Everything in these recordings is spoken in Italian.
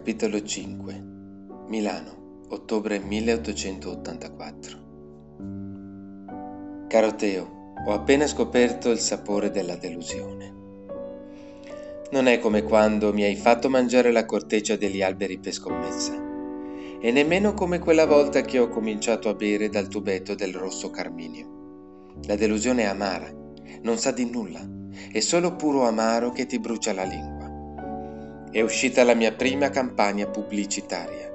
Capitolo 5. Milano, ottobre 1884. Caro Teo, ho appena scoperto il sapore della delusione. Non è come quando mi hai fatto mangiare la corteccia degli alberi per scommessa, e nemmeno come quella volta che ho cominciato a bere dal tubetto del rosso carminio. La delusione è amara, non sa di nulla, è solo puro amaro che ti brucia la lingua. È uscita la mia prima campagna pubblicitaria.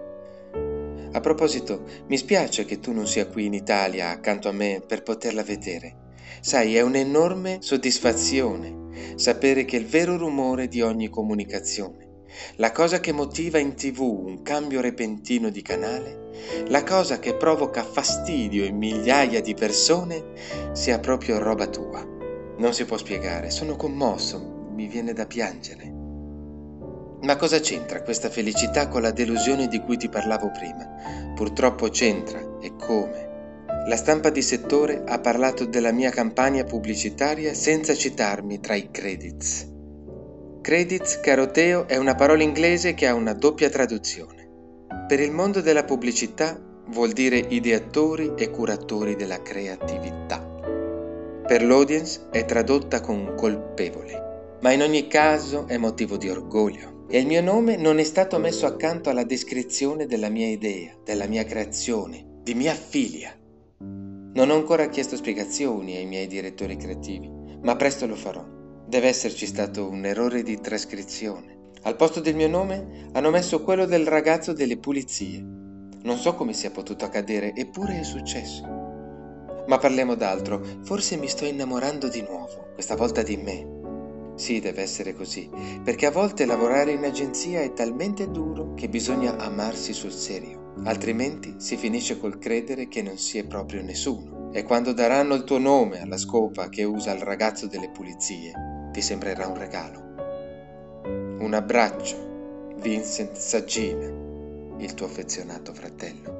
A proposito, mi spiace che tu non sia qui in Italia accanto a me per poterla vedere. Sai, è un'enorme soddisfazione sapere che il vero rumore di ogni comunicazione, la cosa che motiva in TV un cambio repentino di canale, la cosa che provoca fastidio in migliaia di persone, sia proprio roba tua. Non si può spiegare, sono commosso, mi viene da piangere. Ma cosa c'entra questa felicità con la delusione di cui ti parlavo prima? Purtroppo c'entra, e come? La stampa di settore ha parlato della mia campagna pubblicitaria senza citarmi tra i credits. Credits, caro Teo, è una parola inglese che ha una doppia traduzione. Per il mondo della pubblicità vuol dire ideatori e curatori della creatività. Per l'audience è tradotta con colpevole, ma in ogni caso è motivo di orgoglio. E il mio nome non è stato messo accanto alla descrizione della mia idea, della mia creazione, di mia figlia. Non ho ancora chiesto spiegazioni ai miei direttori creativi, ma presto lo farò. Deve esserci stato un errore di trascrizione. Al posto del mio nome hanno messo quello del ragazzo delle pulizie. Non so come sia potuto accadere, eppure è successo. Ma parliamo d'altro, forse mi sto innamorando di nuovo, questa volta di me. Sì, deve essere così, perché a volte lavorare in agenzia è talmente duro che bisogna amarsi sul serio, altrimenti si finisce col credere che non si è proprio nessuno. E quando daranno il tuo nome alla scopa che usa il ragazzo delle pulizie, ti sembrerà un regalo. Un abbraccio, Vincent Saggina, il tuo affezionato fratello.